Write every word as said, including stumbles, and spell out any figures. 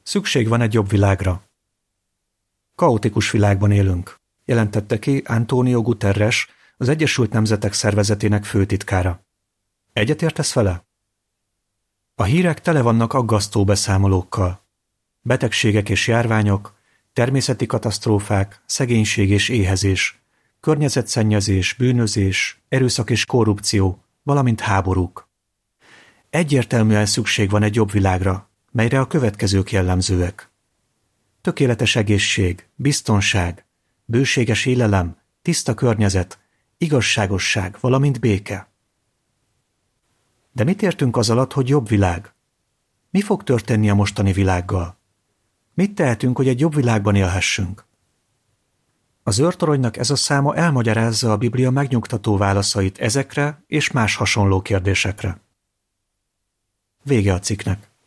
Szükség van egy jobb világra. Kaotikus világban élünk, jelentette ki António Guterres, az Egyesült Nemzetek Szervezetének főtitkára. Egyetértesz vele? A hírek tele vannak aggasztó beszámolókkal. Betegségek és járványok, természeti katasztrófák, szegénység és éhezés, környezetszennyezés, bűnözés, erőszak és korrupció, valamint háborúk. Egyértelműen szükség van egy jobb világra, melyre a következők jellemzőek. Tökéletes egészség, biztonság, bőséges élelem, tiszta környezet, igazságosság, valamint béke. De mit értünk az alatt, hogy jobb világ? Mi fog történni a mostani világgal? Mit tehetünk, hogy egy jobb világban élhessünk? Az őrtoronynak ez a száma elmagyarázza a Biblia megnyugtató válaszait ezekre és más hasonló kérdésekre. Vége a cikknek.